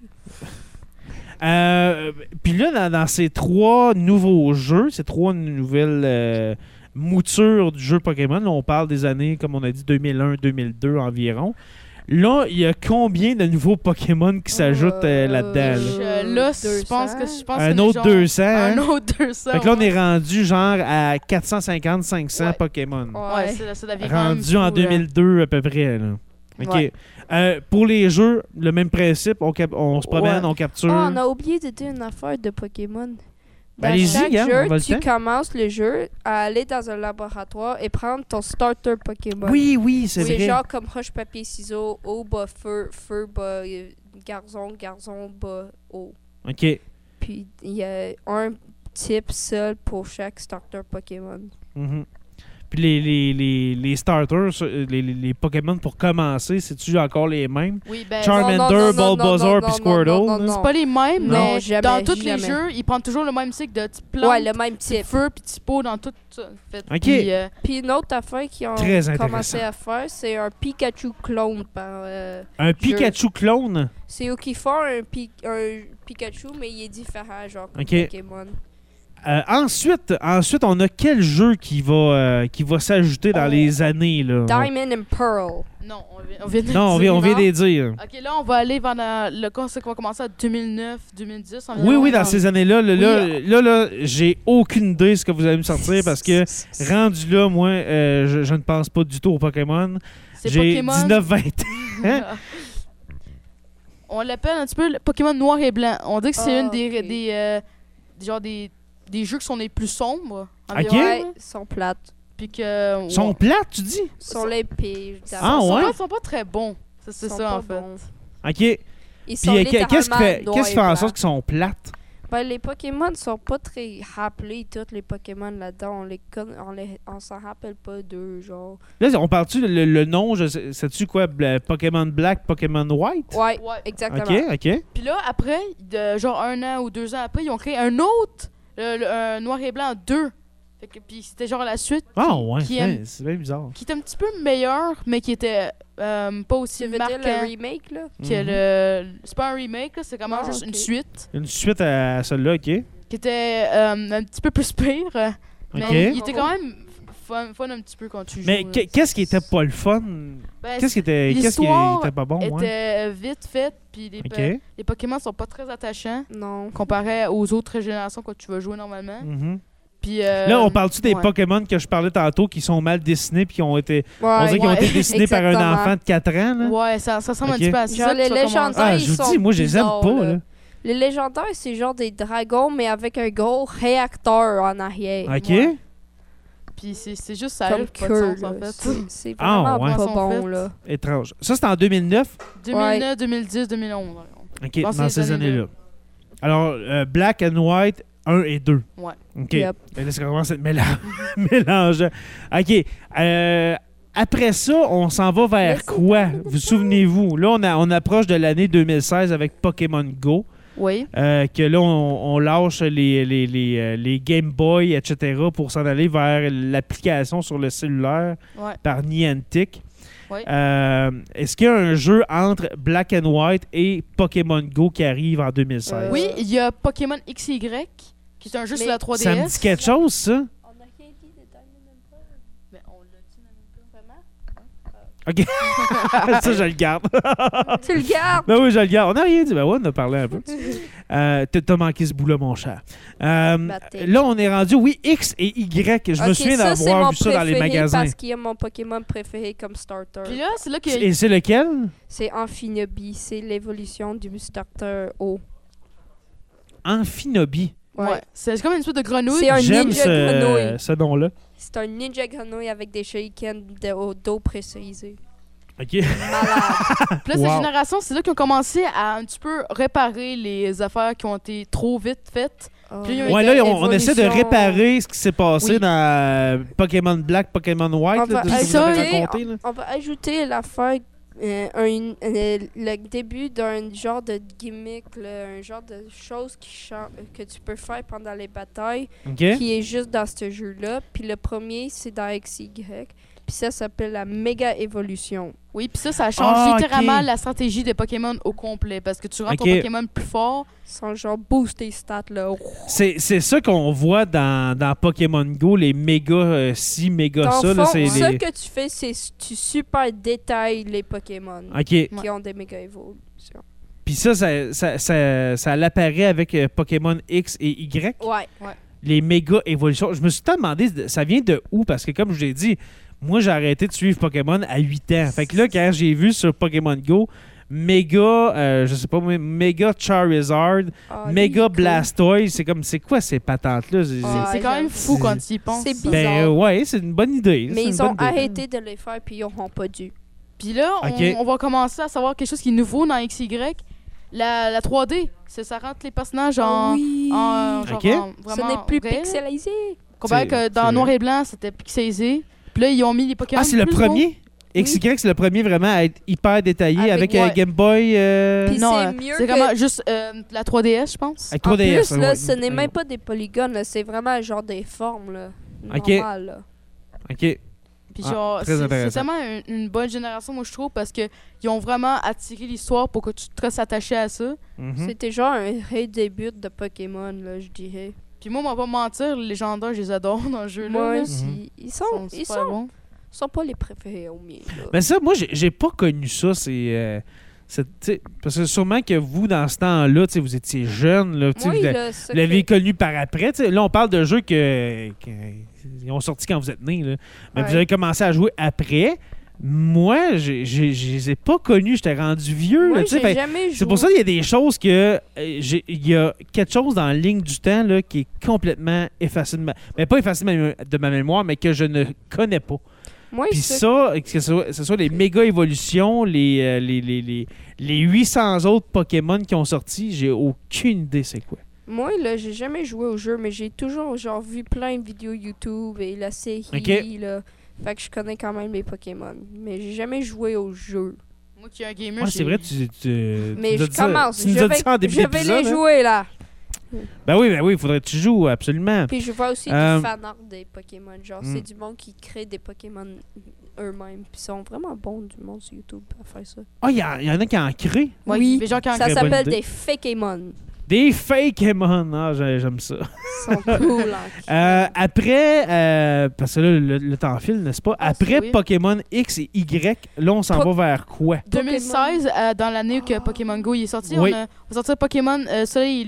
Euh, Puis là, dans, dans ces trois nouveaux jeux, ces trois nouvelles euh, moutures du jeu Pokémon, là, on parle des années, comme on a dit, deux mille un deux mille deux environ. Là, il y a combien de nouveaux Pokémon qui s'ajoutent euh, là-dedans? là? Je- Euh, là, je pense que je pense Un que autre genre- deux cents. Un hein? autre deux cents. Fait que là, on ouais. est rendu genre à quatre cent cinquante cinq cents Ouais. Pokémon. Ouais, Ouais. c'est ça devient quand même Rendu fou, en là. deux mille deux à peu près. Là. OK. Ouais. Euh, pour les jeux, le même principe. On, cap- on se promène, Ouais. on capture. Oh, on a oublié de dire une affaire de Pokémon. Dans Allez-y, chaque gars, on jeu, va le tu temps. commences le jeu à aller dans un laboratoire et prendre ton starter Pokémon. Oui, oui, c'est C'est vrai. genre comme roche, papier, ciseaux, eau, bas, feu, feu, bas, euh, garçon, garçon, bas, eau. OK. Puis il y a un type seul pour chaque starter Pokémon. Mhm. Puis les, les, les, les starters, euh, les, les, les Pokémon pour commencer, c'est-tu encore les mêmes? Oui, ben, Charmander, non, non, non, Bulbasaur, non, puis non, Squirtle, non, non, là. non. c'est pas les mêmes, Non, mais jamais, dans tous les jamais. jeux, ils prennent toujours le même cycle de type plante, Ouais, le même type type. feu, puis type eau dans tout ça. Fait, Ok. puis, euh, Puis une autre affaire qu'ils ont Très commencé intéressant. à faire, c'est un Pikachu clone par... euh, Un Pikachu clone? C'est eux qui font un, pi- un Pikachu, mais il est différent, genre, comme Ok. Pokémon. Euh, ensuite, ensuite, on a quel jeu qui va, euh, qui va s'ajouter dans Oh. les années? Là? Diamond and Pearl. non, on vient, on vient de Non, on le vient, dire, on vient non. de les dire. Ok, là, on va aller vers la- le concept qu'on va commencer à deux mille neuf deux mille dix. Oui, oui, dans environ. ces années-là, là, là, Oui. là, là, j'ai aucune idée de ce que vous allez me sortir parce que rendu là, moi, euh, je, je ne pense pas du tout aux Pokémon. C'est J'ai Pokémon. dix-neuf vingt ans. Hein? On l'appelle un petit peu le Pokémon noir et blanc. On dit que c'est Ah, une des, ok. des, euh, des- genre des, des jeux qui sont les plus sombres. Ok. environ, Ouais, là. ils sont plates. Puis que. Ils sont ouais. plates, tu dis? Ils sont les pires. Ah, Ils sont ouais? pas- ils sont pas très bons. C'est c'est Ils sont ça, pas en fait. bons. OK. Ils sont Puis euh, qu'est- qu'est-ce qui fait, littéralement qu'est-ce qui fait en noirs et sorte qu'ils sont plates? Ben, les Pokémon sont pas très rappelés, tous les Pokémon là-dedans. On les con- on les on s'en rappelle pas d'eux, genre. Là, on parle-tu le, le nom, je sais- sais-tu quoi? Bla- Pokémon Black, Pokémon White? Ouais, Ouais. exactement. OK, OK. Puis là, après, de, genre un an ou deux ans après, ils ont créé un autre, le- le- un noir et blanc deux. Fait que, puis c'était genre la suite. Ah qui- ouais, qui, c'est aime- c'est bien bizarre. qui était un petit peu meilleur, mais qui était euh, pas aussi Tu veux dire marquant le remake, là? que Mhm. le. C'est pas un remake, là, c'est vraiment Ah, juste ok. une suite Une suite à celle-là, OK. qui était euh, un petit peu plus pire. euh, OK. Mais il était quand même fun, fun un petit peu quand tu joues. Mais là. qu- qu'est-ce qui était pas le fun? Ben, Qu'est-ce qui était, qu'est-ce qui l'histoire était pas bon? était Ouais? euh, vite faite, puis les, OK. po- les Pokémon sont pas très attachants Non. comparé aux autres générations que tu vas jouer normalement. Mhm. Puis, euh, Là, on parle-tu des ouais. Pokémon que je parlais tantôt qui sont mal dessinés puis qui ont été, on Ouais, dirait qu'ils ont ouais. été dessinés par un Exactement. enfant de quatre ans? Là? Ouais, ça, ça ressemble Ok. un petit peu à ça. Genre, que les tu vas légendaires, commencer. Ah, ils je vous sont dis, moi, je les aime bizarres, pas. là. Là. Les légendaires, c'est genre des dragons, mais avec un gros réacteur en arrière. OK. Ouais. Puis c'est c'est juste ça, Comme n'a pas de Cure, sens, en là. fait. C'est- C'est Ah, vraiment ouais. pas Sont bon, faites. là. Étrange. Ça, c'était en deux mille neuf. deux mille neuf, deux mille dix, deux mille onze. OK, Dans dans ces ces années-là. années-là. Alors, euh, Black and White un et deux. Ouais. OK. Yep. Ben là, ça commence à être mélange. mélangeant. OK. Euh, après ça, on s'en va vers Merci. quoi? Vous souvenez-vous? Là, on, a, on approche de l'année deux mille seize avec Pokémon Go. Oui. Euh, que là, on, on lâche les, les, les, euh, les Game Boy, et cetera pour s'en aller vers l'application sur le cellulaire Ouais. par Niantic. Oui. Euh, Est-ce qu'il y a un jeu entre Black and White et Pokémon Go qui arrive en deux mille seize? Euh, Oui, il y a Pokémon X Y, qui est un jeu Mais sur la trois D S. Ça me dit quelque chose, ça? On n'a rien dit de Diamond Emperor. Ben, on l'a dit dans le Vraiment? OK. ça, je le garde. Tu le gardes! Ben oui, je le garde. On n'a rien dit. Ben oui, on a parlé un peu. Euh, t'as- T'as manqué ce bout-là, mon cher. Euh, Batek. là, on est rendu, oui, X et Y. Je me Ok, souviens ça, c'est d'avoir mon vu ça dans les préféré magasins. Parce qu'il y a mon Pokémon préféré comme starter. Puis là, c'est là que. Et c'est lequel? C'est Amphinobi. C'est l'évolution du starter O. Amphinobi. Ouais. C'est comme une espèce de grenouille. C'est un J'aime ninja ce, grenouille. ce nom-là. C'est un ninja grenouille avec des shurikens de, au dos précisé. OK. Malade. Puis là, Wow. cette génération, c'est là qu'ils ont commencé à un petit peu réparer les affaires qui ont été trop vite faites. Oh. Puis il y a eu Ouais, là, on, on essaie de Évolution. réparer ce qui s'est passé Oui. dans euh, Pokémon Black, Pokémon White, On là, va de ce que vous avez ajouter- raconté. Là. On va ajouter l'affaire, euh, un- euh, le début d'un genre de gimmick, là, un genre de chose qui chan- que tu peux faire pendant les batailles, OK? qui est juste dans ce jeu-là. Puis le premier, c'est dans X Y. Puis ça s'appelle la méga évolution. Oui, puis ça, ça change Ah, ok. littéralement la stratégie des Pokémon au complet. Parce que tu rends Ok. ton Pokémon plus fort. Sans genre boost tes stats, là. C'est c'est ça qu'on voit dans, dans Pokémon Go, les méga euh, ci, méga Dans ça. le Là, fond, c'est ce les... que tu fais, c'est tu super détailles les Pokémon OK. qui ont des méga évolutions. Puis ça, ça, ça, ça, ça l'apparaît avec euh, Pokémon X et Y. Ouais. Les méga évolutions. Je me suis tout demandé, ça vient de où? Parce que comme je l'ai dit, moi, j'ai arrêté de suivre Pokémon à huit ans. Fait que là, quand j'ai vu sur Pokémon Go, méga, euh, je sais pas, moi, méga Charizard, Ah, méga lui, il est Blastoise, c'est comme, c'est quoi ces patentes-là? C'est- Ah, C'est c'est quand même j'avoue. fou quand tu y penses. C'est ça. bizarre. Ben euh, ouais, c'est une bonne idée. cool. c'est Mais une ils ont bonne idée. arrêté de les faire puis ils n'auront pas dû. Puis là, on, Ok. on va commencer à savoir quelque chose qui est nouveau dans X Y. La, la trois D. C'est ça rentre les personnages en. oui. en genre Ok. en Ce vraiment n'est plus réel. pixelisé. Comparé C'est- que dans c'est- Noir et Blanc, c'était pixelisé. Puis là, ils ont mis les Pokémon. Ah, c'est le plus premier? X Y, c'est le premier vraiment à être hyper détaillé avec, Avec- euh, ouais. Game Boy. Euh... Puis Non, c'est euh, mieux c'est que- vraiment juste euh, la trois D S, je pense. Avec En trois D S. plus, là, ouais. ce n'est même pas des polygones, là, c'est vraiment genre des formes, là. Ok. Normales, là. OK. Puis Ah, genre, très c'est- intéressant. c'est tellement une, une bonne génération, moi, je trouve, parce que ils ont vraiment attiré l'histoire pour que tu te restes attaché à ça. Mhm. C'était genre un redébut de Pokémon, là, je dirais. Puis moi, on va pas mentir, les légendaires, je les adore dans le jeu-là. Moi là. aussi. Ils sont, Ils sont ils super sont, bons. sont pas les préférés au mien, là. Ben ça, moi, j'ai j'ai pas connu ça. C'est, euh, c'est- tu sais, parce que sûrement que vous, dans ce temps-là, tu sais, vous étiez jeune. Là, tu sais, Oui, vous l'a- là, ce vous l'avez que- connu par après. Tu sais, là, on parle de jeux que, que- ils ont sorti quand vous êtes né. Là. Mais Ouais. vous avez commencé à jouer après. Moi, j'ai- j'ai- je les ai pas connus. J'étais rendu vieux. Moi, là, tu sais, j'ai fait- jamais joué. c'est pour ça qu'il y a des choses que. euh, j'ai- Il y a quelque chose dans la ligne du temps là, qui est complètement effacé de ma. Mais pas effacé de ma, de ma mémoire, mais que je ne connais pas. Moi, Puis ce- ça, que ce soit, que ce soit les méga évolutions, les, euh, les, les, les, les huit cents autres Pokémon qui ont sorti, j'ai aucune idée c'est quoi. Moi, là, j'ai jamais joué au jeu, mais j'ai toujours, genre, vu plein de vidéos YouTube et la série, Ok. là. Fait que je connais quand même les Pokémon. Mais j'ai jamais joué au jeu. Moi qui ai un gamer, Ouais, c'est j'ai- vrai, tu, tu, Mais tu nous as je dit ça- commence. Tu nous je as vais, dit ça en début je vais d'épisode. les hein? jouer, là. Ben oui, ben oui, il faudrait que tu joues, absolument. Puis je vois aussi Euh, du fanart des Pokémon. Genre, hmm. c'est du monde qui crée des Pokémon eux-mêmes. Puis ils sont vraiment bons, du monde sur YouTube, à faire ça. Ah, il y, en- il y en a qui en créent. Ouais, Oui, les gens qui en Ça Très bonne s'appelle idée. des Fakemon. Des Fakemon. Ah, j'ai- j'aime ça. Ils sont cool, en Euh, après, euh, parce que là, le, le temps file, n'est-ce pas? Ah, Après c'est- oui. Pokémon X et Y, là, on s'en Po- va vers quoi? deux mille seize, euh, dans l'année que Pokémon Go il est sorti, Oui. on, a, on va sortir Pokémon euh, Soleil et Lune.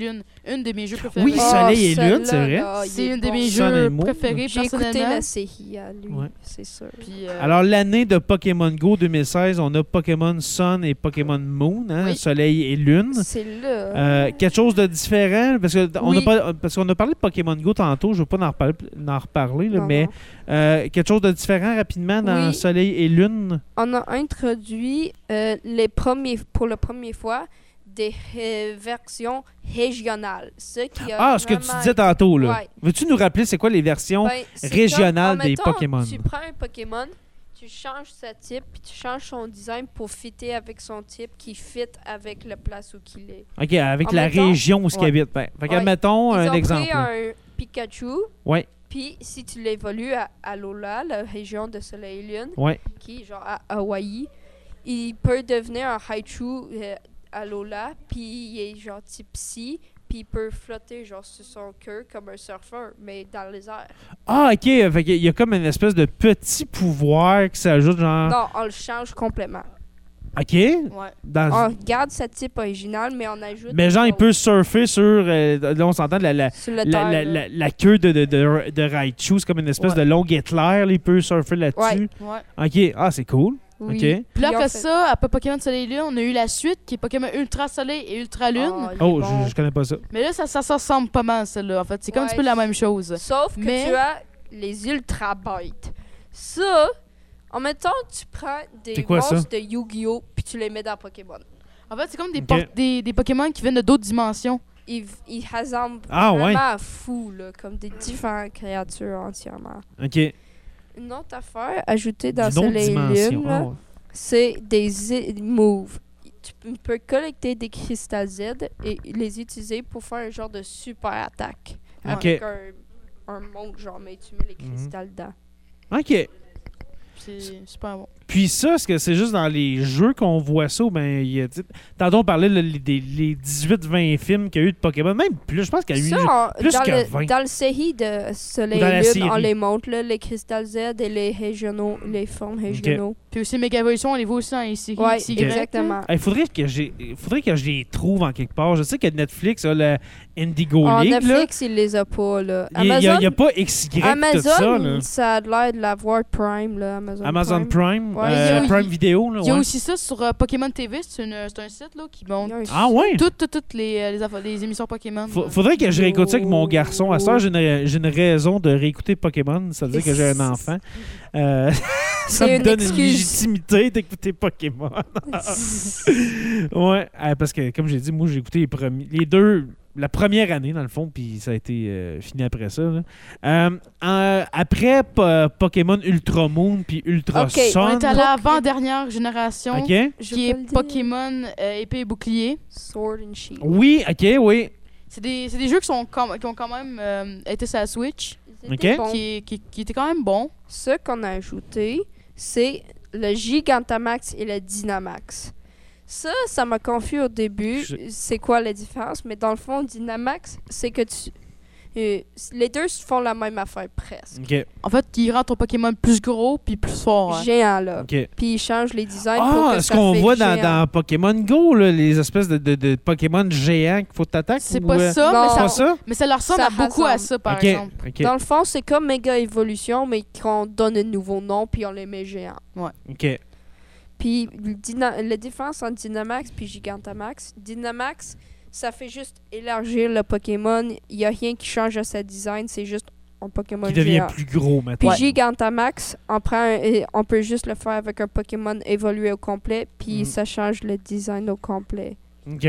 une de mes jeux préférés. Oui, Ah, Soleil et celle-là, Lune, c'est vrai. là, il C'est est une de bon. mes Sun and jeux Moon. préférés, J'ai écouté personnellement. la série à lui, Ouais. c'est sûr. Puis, euh, Alors, l'année de Pokémon Go deux mille seize, on a Pokémon Sun et Pokémon Moon, hein, Oui. Soleil et Lune. C'est là. Euh, quelque chose de différent, parce que on Oui. a pas, parce qu'on a parlé de Pokémon Go tantôt, je ne veux pas en reparler, en reparler là, Non, mais non. euh, quelque chose de différent rapidement dans Oui. Soleil et Lune. On a introduit euh, les premiers, pour la première fois des euh, versions régionales. Ce qui a Ah, ce que tu vraiment disais tantôt, là. Ouais. Veux-tu nous rappeler c'est quoi les versions? Ben, c'est régionales comme, des admettons, Pokémon. Tu prends un Pokémon, tu changes sa type, puis tu changes son design pour fitter avec son type qui fit avec la place où il est. OK, avec En la mettant- région où il Ouais. habite. Ben, fait Ouais. admettons Ils un ont exemple. pris là. un Pikachu, Ouais, puis si tu l'évolues à Alola, la région de Soleil et Lune, ouais. qui est genre à Hawaï, il peut devenir un Haichu euh, Alola, puis il est genre type psy, puis il peut flotter genre sur son queue comme un surfeur, mais dans les airs. Ah, OK. Fait qu'il y a comme une espèce de petit pouvoir qui s'ajoute, genre. Non, on le change complètement. OK. ouais. Dans- On garde sa type originale, mais on ajoute... Mais genre, des il peut surfer sur. euh, là, on s'entend la, la, choses sur le la, terre, la, là. la- la queue de, de, de, de Raichu. C'est comme une espèce Ouais. de longue éclair. là, il peut surfer là-dessus. Ouais. OK. Ah, c'est cool. Oui. OK. Puis là, Puis on après fait- ça, après Pokémon Soleil et Lune, on a eu la suite qui est Pokémon Ultra Soleil et Ultra Lune. Ah, il est Oh, bon. je, je connais pas ça. Mais là, ça, ça, se ressemble pas mal, celle-là. En fait, c'est comme un Ouais. petit peu la même chose. Sauf que Mais- tu as les Ultra Bites. Ça, en même temps, tu prends des C'est quoi ça? monstres de Yu-Gi-Oh! Puis tu les mets dans Pokémon. En fait, c'est comme des, Ok. por- des, des Pokémon qui viennent de d'autres dimensions. Ils, ils rassemblent Ah, ouais. vraiment fou, là, comme des différentes créatures entièrement. OK. Une autre affaire ajoutée dans D'une autre Soleil et dimension. Lune, là, Ah, ouais. c'est des i- moves. Tu p- peux collecter des cristals Z et les utiliser pour faire un genre de super attaque. Ok. Avec un, un monde, genre, mais tu mets les Mhm. cristals dedans. OK. C'est super bon. Puis ça, est-ce que c'est juste dans les jeux qu'on voit ça? Ou ben, il y a, tu sais, tantôt, on parlait là, les, des- les dix-huit vingt films qu'il y a eu de Pokémon. Même plus, je pense qu'il y a eu... Ça, on- plus dans, que le, vingt. dans le série de Soleil Ou dans la et Lune, on série. les montre, là, les cristals Z et les régionaux, les formes régionaux. Puis aussi, Mega Evolution, on les voit aussi dans les séries. Ouais, X Y, exactement. Il faudrait que j'ai, faudrait que je les trouve en quelque part. Je sais que Netflix a le Indigo En League. là. Netflix, ils les a pas, là. Il n'y a, il y a- il y a Amazon, pas X Y tout ça. Amazon Là. ça a l'air de l'avoir Prime, là, Amazon, Amazon Prime, Ouais, euh, il y a- Prime Video. Là, Il y a ouais. aussi ça sur euh, Pokémon T V. C'est une- c'est un site là, qui Il y montre a un Ah ouais? toutes, toutes, toutes les, euh, les, affaires- les émissions Pokémon. Faut- faudrait que je réécoute ça avec mon garçon. À ça, j'ai une, j'ai une raison de réécouter Pokémon. Ça veut dire que j'ai un enfant. Euh, ça C'est me une donne une excuse. légitimité d'écouter Pokémon. Ouais, euh, parce que comme j'ai dit, moi j'ai écouté les, premiers, les deux, la première année dans le fond, puis ça a été euh, fini après ça. là. Euh, en- après po- Pokémon Ultra Moon puis Ultra Ok, Sun, On est à l'avant-dernière génération ok? Je qui peux le est dire. Pokémon euh, épée et bouclier. Sword and Shield. Oui, ok, oui. C'est des, c'est des jeux qui, sont quand- qui ont quand même euh, été sur la Switch, Ils étaient Ok. bons. qui, est- qui, qui étaient quand même bons. Ce qu'on a ajouté, c'est le Gigantamax et le Dynamax. Ça, ça m'a confus au début. Je- C'est quoi la différence? Mais dans le fond, Dynamax, c'est que tu... euh, les deux font la même affaire presque. Ok, En fait, qui rend ton Pokémon plus gros puis plus fort. hein. Géant, là. ok. Puis ils changent les designs pour Ah, que ce ça qu'on fait voit dans, géant. dans Pokémon Go, là, les espèces de, de, de Pokémon géants qu'il faut t'attaquer. C'est ou, pas euh, ça, Non. mais C'est ça, pas ça? mais ça leur ressemble Ça à beaucoup à rassemble. ça, par Ok, exemple. ok, Dans le fond, c'est comme Mega Evolution, mais qu'on donne un nouveau nom, puis on les met géants. ok. Puis le dyna- la différence entre Dynamax puis Gigantamax, Dynamax, ça fait juste élargir le Pokémon. Il n'y a rien qui change à sa design, c'est juste un Pokémon Qui devient géant. plus gros Puis maintenant. Gigantamax, on, prend un- et on peut juste le faire avec un Pokémon évolué au complet, puis Mhm. ça change le design au complet. Ok,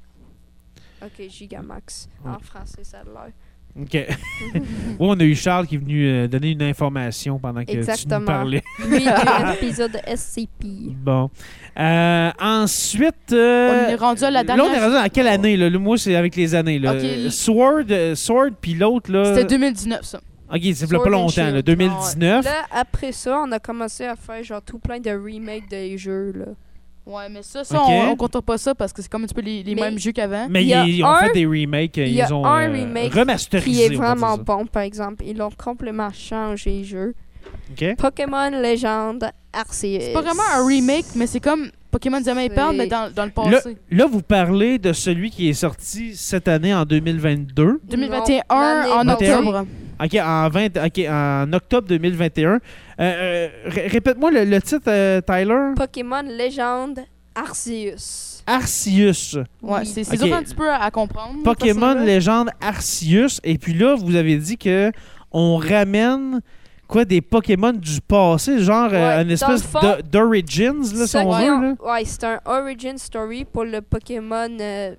Ok, Gigamax. Ouais. En français, ça a l'air. ok. Ouais, on a eu Charles qui est venu euh, donner une information pendant que tu Exactement. nous parlais. Lui, un épisode de S C P. Bon. Euh, ensuite... euh, On est rendu à la Là, on est dernière. rendu à quelle année? Là? Là, moi, c'est avec les années. Là. Ok, les- Sword, euh, Sword puis l'autre, là... C'était deux mille dix-neuf, ça. Ok, c'est Sword pas and longtemps, Shield. là, deux mille dix-neuf. Là, après ça, on a commencé à faire genre tout plein de remakes des jeux, là. Ouais, mais ça, ça Ok. on, on compte pas ça parce que c'est comme un petit peu les, les Mais- mêmes jeux qu'avant. Mais Il y a ils, ils ont un- fait des remakes, il y a ils ont un euh, remake remasterisé. Qui est on va dire vraiment ça. bon, par exemple. Ils ont complètement changé les jeux. Ok. Pokémon Légende Arceus. C'est pas vraiment un remake, mais c'est comme Pokémon Diamant et C'est- Perle, mais dans, dans le Là, passé. là, vous parlez de celui qui est sorti cette année en deux mille vingt-deux. deux mille vingt et un l'année en passée. octobre. OK, en, vingt, OK, en octobre deux mille vingt et un. Euh, euh, ré- répète-moi le, le titre, euh, Tyler. Pokémon Légende Arceus. Arceus. Ouais, Oui. c'est c'est Ok. dur un petit peu à, à comprendre. Pokémon parce que là- Légende Arceus. Et puis là, vous avez dit que on ramène quoi des Pokémon du passé, genre euh, Ouais, une dans espèce le fond, de- d'Origins, là, si Ça on qui veut. ont- Là. Ouais, c'est un origin story pour le Pokémon euh,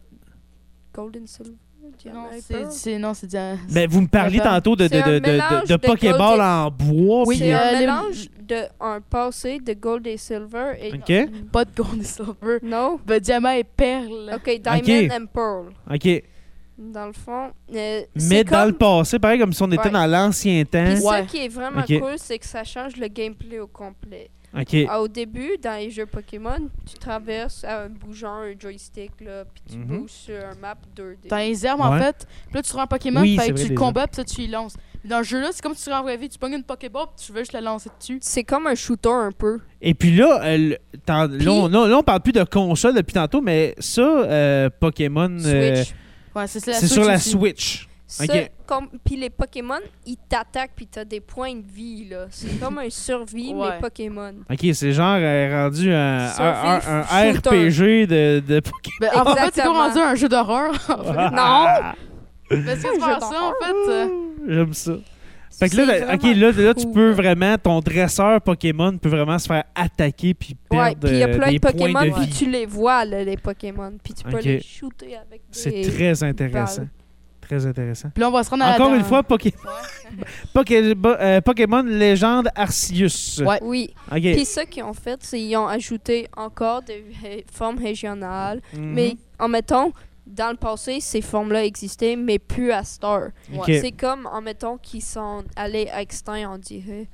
Golden Silver. Diamant Non, et c'est Pearl. c'est- non, c'est Diamant. Mais vous me parliez Attends. tantôt de, de, C'est un de, de, de, mélange de de Pokéball Gold et- en bois. Oui, puis- C'est euh, un les- mélange d'un passé de Gold et Silver et OK. Pas de Gold et Silver. non. Ben, Diamant et Perle. Ok, Diamond Ok. and Pearl. OK. Dans le fond, euh, Mais c'est dans comme- le passé, pareil comme si on était Ouais. dans l'ancien temps. Puis ça Ouais. qui est vraiment Ok. cool, c'est que ça change le gameplay au complet. OK. Ah, au début, dans les jeux Pokémon, tu traverses en bougeant un joystick, là, puis tu Mhm. bouges sur un map deux D. Dans les herbes, en Ouais. fait. Puis là, tu rends un Pokémon, Oui, fait c'est que vrai, tu les le combats, puis ça, tu y lances. Mais dans le jeu-là, c'est comme si tu rends en vraie vie. Tu pognes une Pokéball, puis tu veux juste la lancer dessus. C'est comme un shooter un peu. Et puis là, euh, le- t'en- Puis- là, on, là, là, on parle plus de console depuis tantôt, mais ça, euh, Pokémon, euh, Switch. Ouais, c'est la c'est Switch sur la aussi. Switch. Ça, ok. comme, puis les Pokémon, ils t'attaquent, puis t'as des points de vie, là. C'est comme un survie, Ouais. mais Pokémon. OK, c'est genre euh, rendu un, Survie un- un- un shooter. R P G de, de Pokémon. Ben, en fait, c'est Exactement. comme rendu un jeu d'horreur. en fait. Non! Mais c'est Un jeu faire ça, en fait. euh, J'aime ça. Fait que là, C'est là, OK, vraiment là, là, tu cool, peux là. vraiment, ton dresseur Pokémon peut vraiment se faire attaquer puis Ouais, perdre puis il y a euh, plein des de points Pokémon, de puis vie. tu les vois, là, les Pokémon. Puis tu peux Ok. les shooter avec des... C'est très intéressant. balles. Très intéressant. Puis là, on va se rendre à la Encore dans- une fois, Poké- Ouais. Poké- bo- euh, Pokémon Légende Arceus. Ouais. Oui. OK. Puis ça qu'ils ont fait, c'est qu'ils ont ajouté encore des ré- formes régionales. Mhm. Mais en mettant, dans le passé, ces formes-là existaient, mais plus à Star. OK. Ouais. C'est comme, en mettant, qu'ils sont allés extincts, on dirait.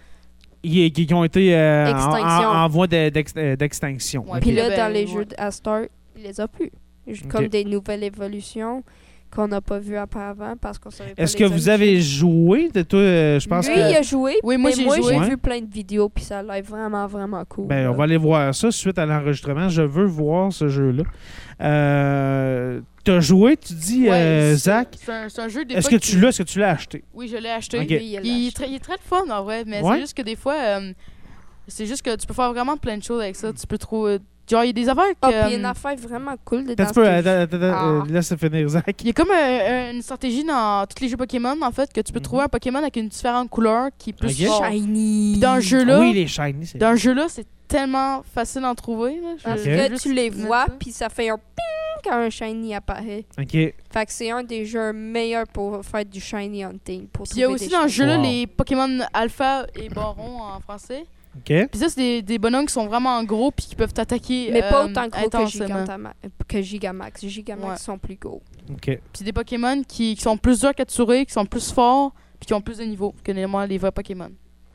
Qui, qui- qui ont été euh, en, Extinction. en- en voie de- d'ex- euh, d'extinction. Ouais, OK. Puis là, Ben, dans les ouais. jeux à Star, il les a plus. Ok. Comme des nouvelles évolutions qu'on n'a pas vues auparavant parce qu'on savait pas Est-ce les que vous origines. avez joué de toi? euh, je pense Lui, que. il a joué. Oui, moi, mais j'ai moi, joué. j'ai Ouais. vu plein de vidéos, puis ça a l'air vraiment, vraiment cool. Ben, là. on va aller voir ça suite à l'enregistrement. Je veux voir ce jeu-là. Euh, T'as joué, tu dis, Ouais, euh, c'est- Zach? C'est un, c'est un jeu des Est-ce fois que tu qui- l'as? Est-ce que tu l'as acheté? Oui, je l'ai acheté. Ok. Oui, il l'a Il, est acheté. très, il est très le fun, en vrai. Mais Ouais. c'est juste que des fois, euh, c'est juste que tu peux faire vraiment plein de choses avec ça. Tu peux trouver. Genre, il y a des affaires que. Ah, puis il y a une euh, affaire vraiment cool dedans. Attends un peu, ce attends, jeu. attends, attends, Ah. euh, laisse finir Zach. Il y a comme un- un- une stratégie dans tous les jeux Pokémon, en fait, que tu peux Mhm. trouver un Pokémon avec une différente couleur qui est plus Ok. fort. Shiny. Dans le jeu-là, Oui, les shiny, c'est dans le jeu-là, c'est tellement facile d'en trouver. Là. Je- Parce Ok. je vais que juste tu les mettre vois, ça. puis ça fait un ping quand un shiny apparaît. OK. Fait que c'est un des jeux meilleurs pour faire du shiny hunting. Pour Puis il y a trouver aussi des dans le shiny. jeu-là Wow. les Pokémon Alpha et Baron en français. OK. Puis ça, c'est des, des bonhommes qui sont vraiment gros puis qui peuvent t'attaquer. Mais pas euh, autant gros que, intensément. Gigantama- que Gigamax. Gigamax Ouais. sont plus gros. OK. Puis des Pokémon qui, qui sont plus durs à capturer, qui sont plus forts, puis qui ont plus de niveaux que les, moi, les vrais Pokémon.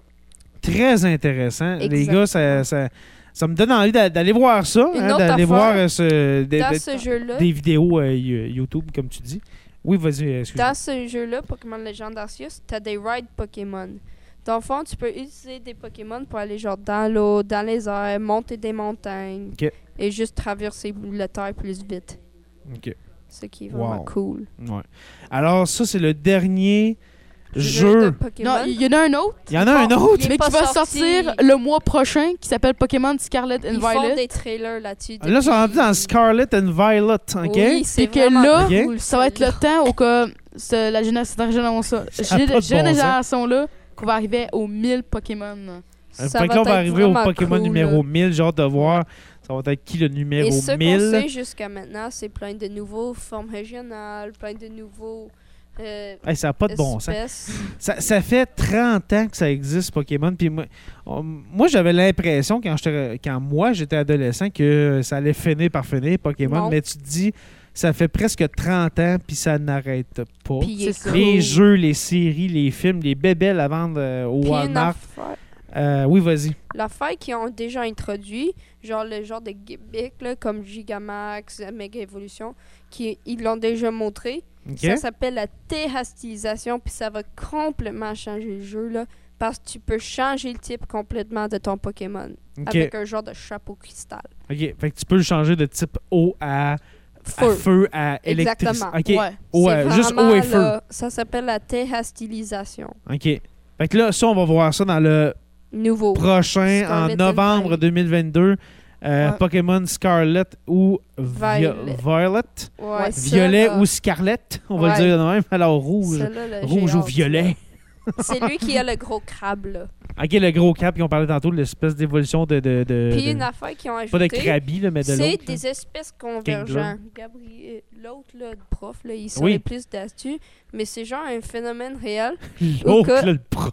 Très intéressant. Les Exactement. gars, ça, ça, ça me donne envie d'a- d'aller voir ça, Une hein, autre d'aller affaire, voir euh, ce, des, Dans des- ce jeu-là, des vidéos euh, You- YouTube, comme tu dis. Oui, vas-y, excuse-moi. dans ce jeu-là, Pokémon Legend Arceus, t'as des rides Pokémon. Dans le fond, tu peux utiliser des Pokémon pour aller genre dans l'eau, dans les airs, monter des montagnes Ok. et juste traverser la terre plus vite. OK. Ce qui est vraiment Wow. cool. Ouais. Alors, ça, c'est le dernier de jeu. Pokémon. Non, il y en a un autre, Il y en a un Bon, autre? il est mais pas qui va sorti. sortir le mois prochain, qui s'appelle Pokémon Scarlet and Ils font Violet. des trailers là-dessus. Là, ils sont rendus dans Scarlet and Violet, OK? Oui, c'est Puis que vraiment là, cool, Ça va être le celle-là. temps au cas c'est la génération, cette génération, Ça a pas de bon génération-là qu'on va arriver aux mille Pokémon. Euh, Ça fait que là, on va être arriver au vraiment Pokémon cool, numéro là. mille. J'ai hâte de voir. Ça va être qui le numéro Et ce qu'on mille? sait jusqu'à maintenant, c'est plein de nouveaux formes régionales, plein de nouveaux euh, Hey, ça n'a pas de bon sens. espèces. Ça, ça fait trente ans que ça existe, Pokémon. Puis moi, on- moi j'avais l'impression, quand, j'étais- quand moi, j'étais adolescent, que ça allait finir par finir, Pokémon. Non. Mais tu te dis, ça fait presque trente ans, puis ça n'arrête pas. Puis il est C'est ça. cool. Les jeux, les séries, les films, les bébelles à vendre euh, au Puis une Walmart. affaire, Euh, oui, vas-y. l'affaire qu'ils ont déjà introduit, genre le genre de gimmick là, comme Gigamax, Mega Evolution, qui ils l'ont déjà montré. OK? Ça s'appelle la terrastilisation, puis ça va complètement changer le jeu là, parce que tu peux changer le type complètement de ton Pokémon. OK. avec un genre de chapeau cristal. OK. Fait que tu peux le changer de type eau à, à Feu. feu, à électricité. Exactement. OK. Ouais. Eau, C'est euh, juste vraiment, eau et feu. là, ça s'appelle la déhastilisation. OK. Fait que là, ça, on va voir ça dans le Nouveau. prochain, Scarlet en and novembre Violet. deux mille vingt-deux. Euh, Ouais. Pokémon Scarlet ou Vi- Violet. Violet. Ouais, ça, Violet là, ou Scarlett, on va Ouais. le dire de même. Alors rouge. ça, là, là, Rouge j'ai ou hâte, violet. là. C'est lui qui a le gros crabe, là. OK, le gros cap, ils ont parlé tantôt de l'espèce d'évolution de... de, de, Puis de- une affaire qu'ils ont pas de ajoutée, Krabi, là, mais de c'est l'autre. là. des espèces convergentes. Gabriel, l'autre, là, le prof, là, il saurait Oui. plus là-dessus, mais c'est genre un phénomène réel. L'autre, que- là, le prof.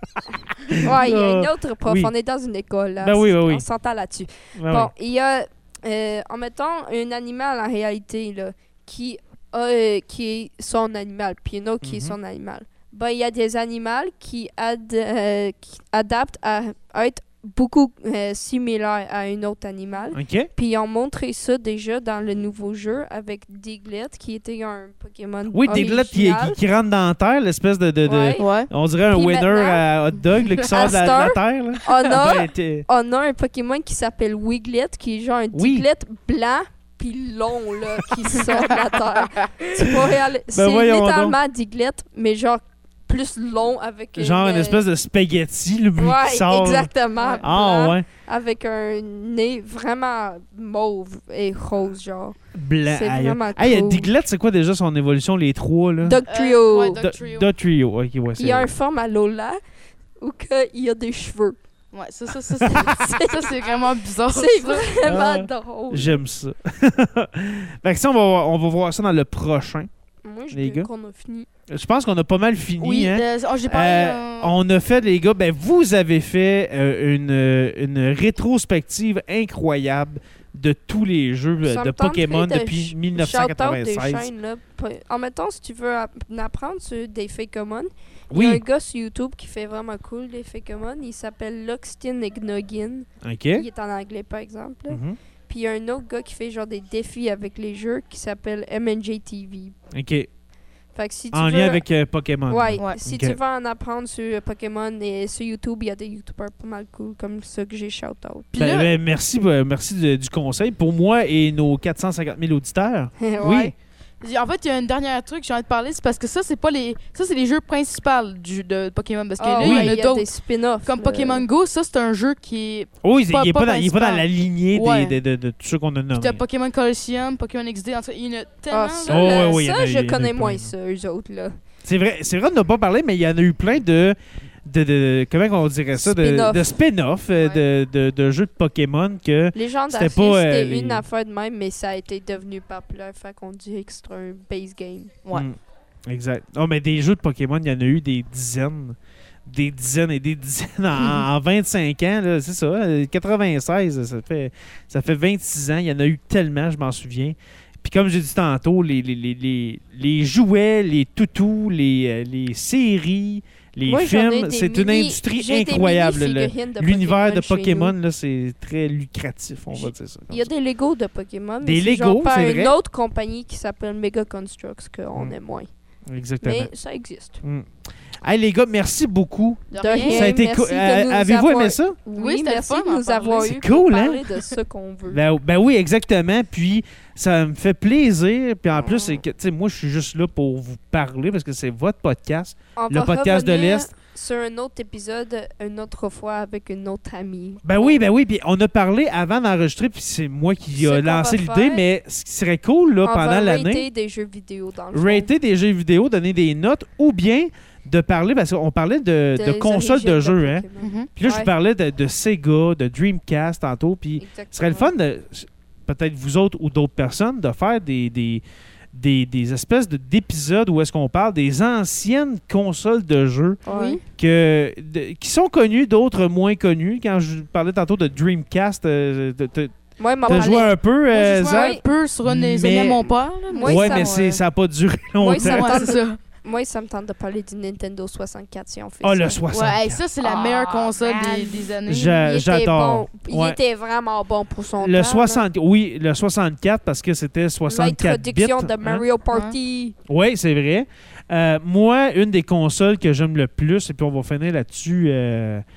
Ouais, il y a une autre prof, Oui. on est dans une école, là. Ben oui, oui, oui. On s'entend là-dessus. Ouais, Bon, ouais. il y a, euh, en mettant un animal en réalité, là, qui, a, euh, qui est son animal, puis un autre qui est Mhm. son animal. Ben, il y a des animaux qui, ad- euh, qui adaptent à, à être beaucoup euh, similaires à un autre animal. OK. Puis ils ont montré ça déjà dans le nouveau jeu avec Diglett, qui était un Pokémon Oui, Diglett qui, original. qui, qui rentre dans la terre, l'espèce de... de, de- Ouais. Ouais. On dirait un Puis winner maintenant, à hot dog là, qui sort de la, de la à cette terre. Là. On a, Ben, t'es- on a un Pokémon qui s'appelle Wiglet, qui est genre un Oui. Diglett blanc puis long, là, qui sort de la terre. Tu pourrais aller- C'est voyons donc. littéralement Diglett, mais genre plus long avec Genre une espèce de spaghetti le bruit Ouais, qui sort. exactement. Ah blanc, ouais. Avec un nez vraiment mauve et rose, genre. Blanc. C'est aïe. vraiment Hey, cool. Diglett, c'est quoi déjà son évolution, les trois? là? Dog Euh, Trio. ouais, Dog Do- Trio. Dog Trio. OK, ouais, c'est Il y a un forme à Lola où que il y a des cheveux. Ouais, ça, ça, ça, c'est, ça, c'est vraiment bizarre. C'est ça. vraiment Ah. drôle. J'aime ça. Fait que ça, on va, on va voir ça dans le prochain. Moi, je Les dis gars. qu'on a fini. Je pense qu'on a pas mal fini. Oui, hein? euh, oh, j'ai parlé. Euh, euh, on a fait, les gars, ben, vous avez fait euh, une, euh, une rétrospective incroyable de tous les jeux euh, Ça de me tenterait Pokémon de depuis sh- mille neuf cent shout-out des quatre-vingt-seize. chaînes, là. P- En mettant, si tu veux app- en apprendre sur des Pokémon, il y a un Oui, gars sur YouTube qui fait vraiment cool des Pokémon. Il s'appelle Loxtin Egnogin. OK. Il est en anglais, par exemple. là. Mhm. Puis il y a un autre gars qui fait genre des défis avec les jeux qui s'appelle M N J T V. OK. Fait que si tu En veux... lien avec euh, Pokémon. Ouais, Ouais. si Ok. tu veux en apprendre sur euh, Pokémon et sur YouTube, il y a des YouTubers pas mal cool comme ça que j'ai shout-out. Puis Ben, là- ben, merci ben, merci de- du conseil pour moi et nos quatre cent cinquante mille auditeurs. Ouais. Oui. En fait, il y a une dernière truc que j'ai envie de parler, c'est parce que ça, c'est pas les. Ça, c'est les jeux principaux du, de Pokémon. Parce que Ah là, ouais, il y en a des d'autres. spin-offs. Comme là. Pokémon Go, ça, c'est un jeu qui est. Oui, il Pas- n'est pas, pas dans- il est pas dans principal. la lignée des- Ouais. de, de, de tous ceux qu'on a Puis nommés. t'as Pokémon Colosseum, Pokémon X D, en tout cas, il y en a tellement. Ah, ça, Oh, là, ouais, ouais, il y en ça a- je il y en a connais eu moins plein. ça, eux autres. Là. C'est vrai, c'est vrai de ne pas parler, mais il y en a eu plein de. De, de- comment on dirait ça? De Spin-off. de spin-off euh, de, de, de jeux de Pokémon que. Légende C'était d'Arceus, pas, euh, c'était les- une affaire de même, mais ça a été devenu populaire. Fait qu'on dirait que c'est un base game. Ouais. Mm, exact. Non, mais des jeux de Pokémon, il y en a eu des dizaines. Des dizaines et des dizaines en, en vingt-cinq ans. là, C'est ça. euh, quatre-vingt-seize, ça fait, ça fait vingt-six ans. Il y en a eu tellement, je m'en souviens. Puis comme j'ai dit tantôt, les, les, les, les, les jouets, les toutous, les, euh, les séries, les Moi, j'en ai films, des c'est une mini- industrie j'ai des incroyable. le- mini-figurines de L'univers de chez nous. Pokémon, là, c'est très lucratif, on va J'ai- dire ça. comme Il y a ça. des Lego de Pokémon, mais Des c'est Lego, genre par c'est une vrai. autre compagnie qui s'appelle Mega Constructs qu'on Mm. aime moins. Exactement. Mais ça existe. Mm. Hey, les gars, merci beaucoup. De De rien. rien. Ça a été merci cool. de Euh, nous Avez-vous avoir- aimé ça? Oui, c'était le merci fun de d'en nous parler. avoir C'est eu cool, pour hein? parler de ce qu'on veut. Ben, ben oui, exactement. Puis ça me fait plaisir. Puis en plus, Mm. c'est que, tu sais, moi, je suis juste là pour vous parler parce que c'est votre podcast, On le va podcast de revenir l'Est. sur un autre épisode une autre fois avec une autre amie. Ben oui, ben oui. Puis on a parlé avant d'enregistrer, puis c'est moi qui Ce ai qu'on lancé va l'idée. faire, Mais ce qui serait cool, là, On pendant va l'année, rater des jeux vidéo dans le fond. rater des jeux vidéo, donner des notes, ou bien de parler, parce qu'on parlait de, de Des consoles de origines jeux, hein. Pokémon. Mhm. Puis là, je Ouais. vous parlais de, de Sega, de Dreamcast tantôt, puis Exactement. ce serait le fun de, peut-être vous autres ou d'autres personnes, de faire des, des, des, des espèces de- d'épisodes où est-ce qu'on parle des anciennes consoles de jeux Oui. que, de- qui sont connues, d'autres moins connues. Quand je parlais tantôt de Dreamcast, euh, de- de- Moi, il m'a t'as parlé- joué un peu, Moi, euh, j'ai joué Zach? un peu sur une des Mais- amis à mon père. Là, mais- Moi, ouais, ça- mais c'est- ça n'a pas duré longtemps. Moi, ça Ouais, me c'est ça. Moi, ça me tente de parler du Nintendo soixante-quatre si on fait Ah, ça. le Ouais, soixante. hey, ça, c'est la Ah, meilleure console man. des, des années. Il J'a- était J'adore. bon. Il Ouais. était vraiment bon pour son temps. Le là. soixante, oui, le soixante-quatre parce que c'était soixante-quatre bits. L'introduction de hein. Mario Party. Oui, c'est vrai. Euh, moi, une des consoles que j'aime le plus, et puis on va finir là-dessus, euh,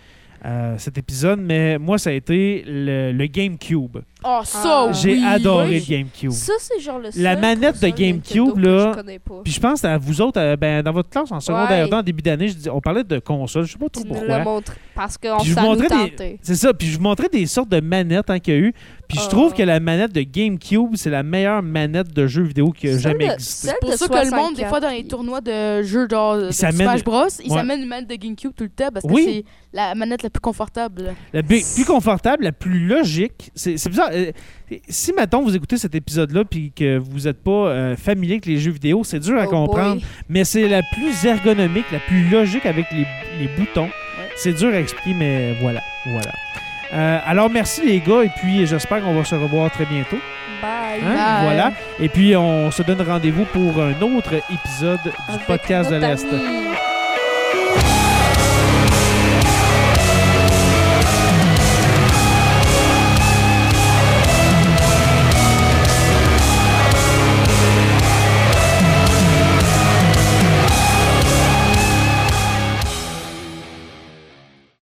euh, cet épisode, mais moi, ça a été le, le GameCube. Oh, ça, Ah. J'ai oui. adoré Oui, le GameCube. Ça, c'est genre le La seul manette de console GameCube, Nintendo que là, je connais pas. Puis je pense à vous autres, euh, ben, dans votre classe, en secondaire, Ouais. dans début d'année, je dis, on parlait de consoles, je sais pas trop Tu nous pourquoi. l'as montré parce qu'on Puis je s'en vous nous montrais des- tentait. C'est ça, puis je vous montrais des sortes de manettes hein, qu'il y a eu. Puis je Ah. trouve que la manette de GameCube, c'est la meilleure manette de jeu vidéo qui a Celle jamais de- existé. celle C'est pour de ça que le monde, des soixante-quatre, fois, dans les puis- tournois de jeux genre de s'amène- Smash Bros, ils Ouais. s'amènent une manette de GameCube tout le temps parce que Oui. c'est la manette la plus confortable. La bi- plus confortable, la plus logique. C'est c'est bizarre. euh, si, mettons, vous écoutez cet épisode-là puis que vous n'êtes pas euh, familier avec les jeux vidéo, c'est dur à Oh comprendre. boy. Mais c'est la plus ergonomique, la plus logique avec les, les boutons. C'est dur à expliquer, mais voilà. voilà. Euh, alors, merci les gars, et puis j'espère qu'on va se revoir très bientôt. Bye. Hein? Bye. Voilà. Et puis, on se donne rendez-vous pour un autre épisode du Avec podcast de notre l'Est. ami.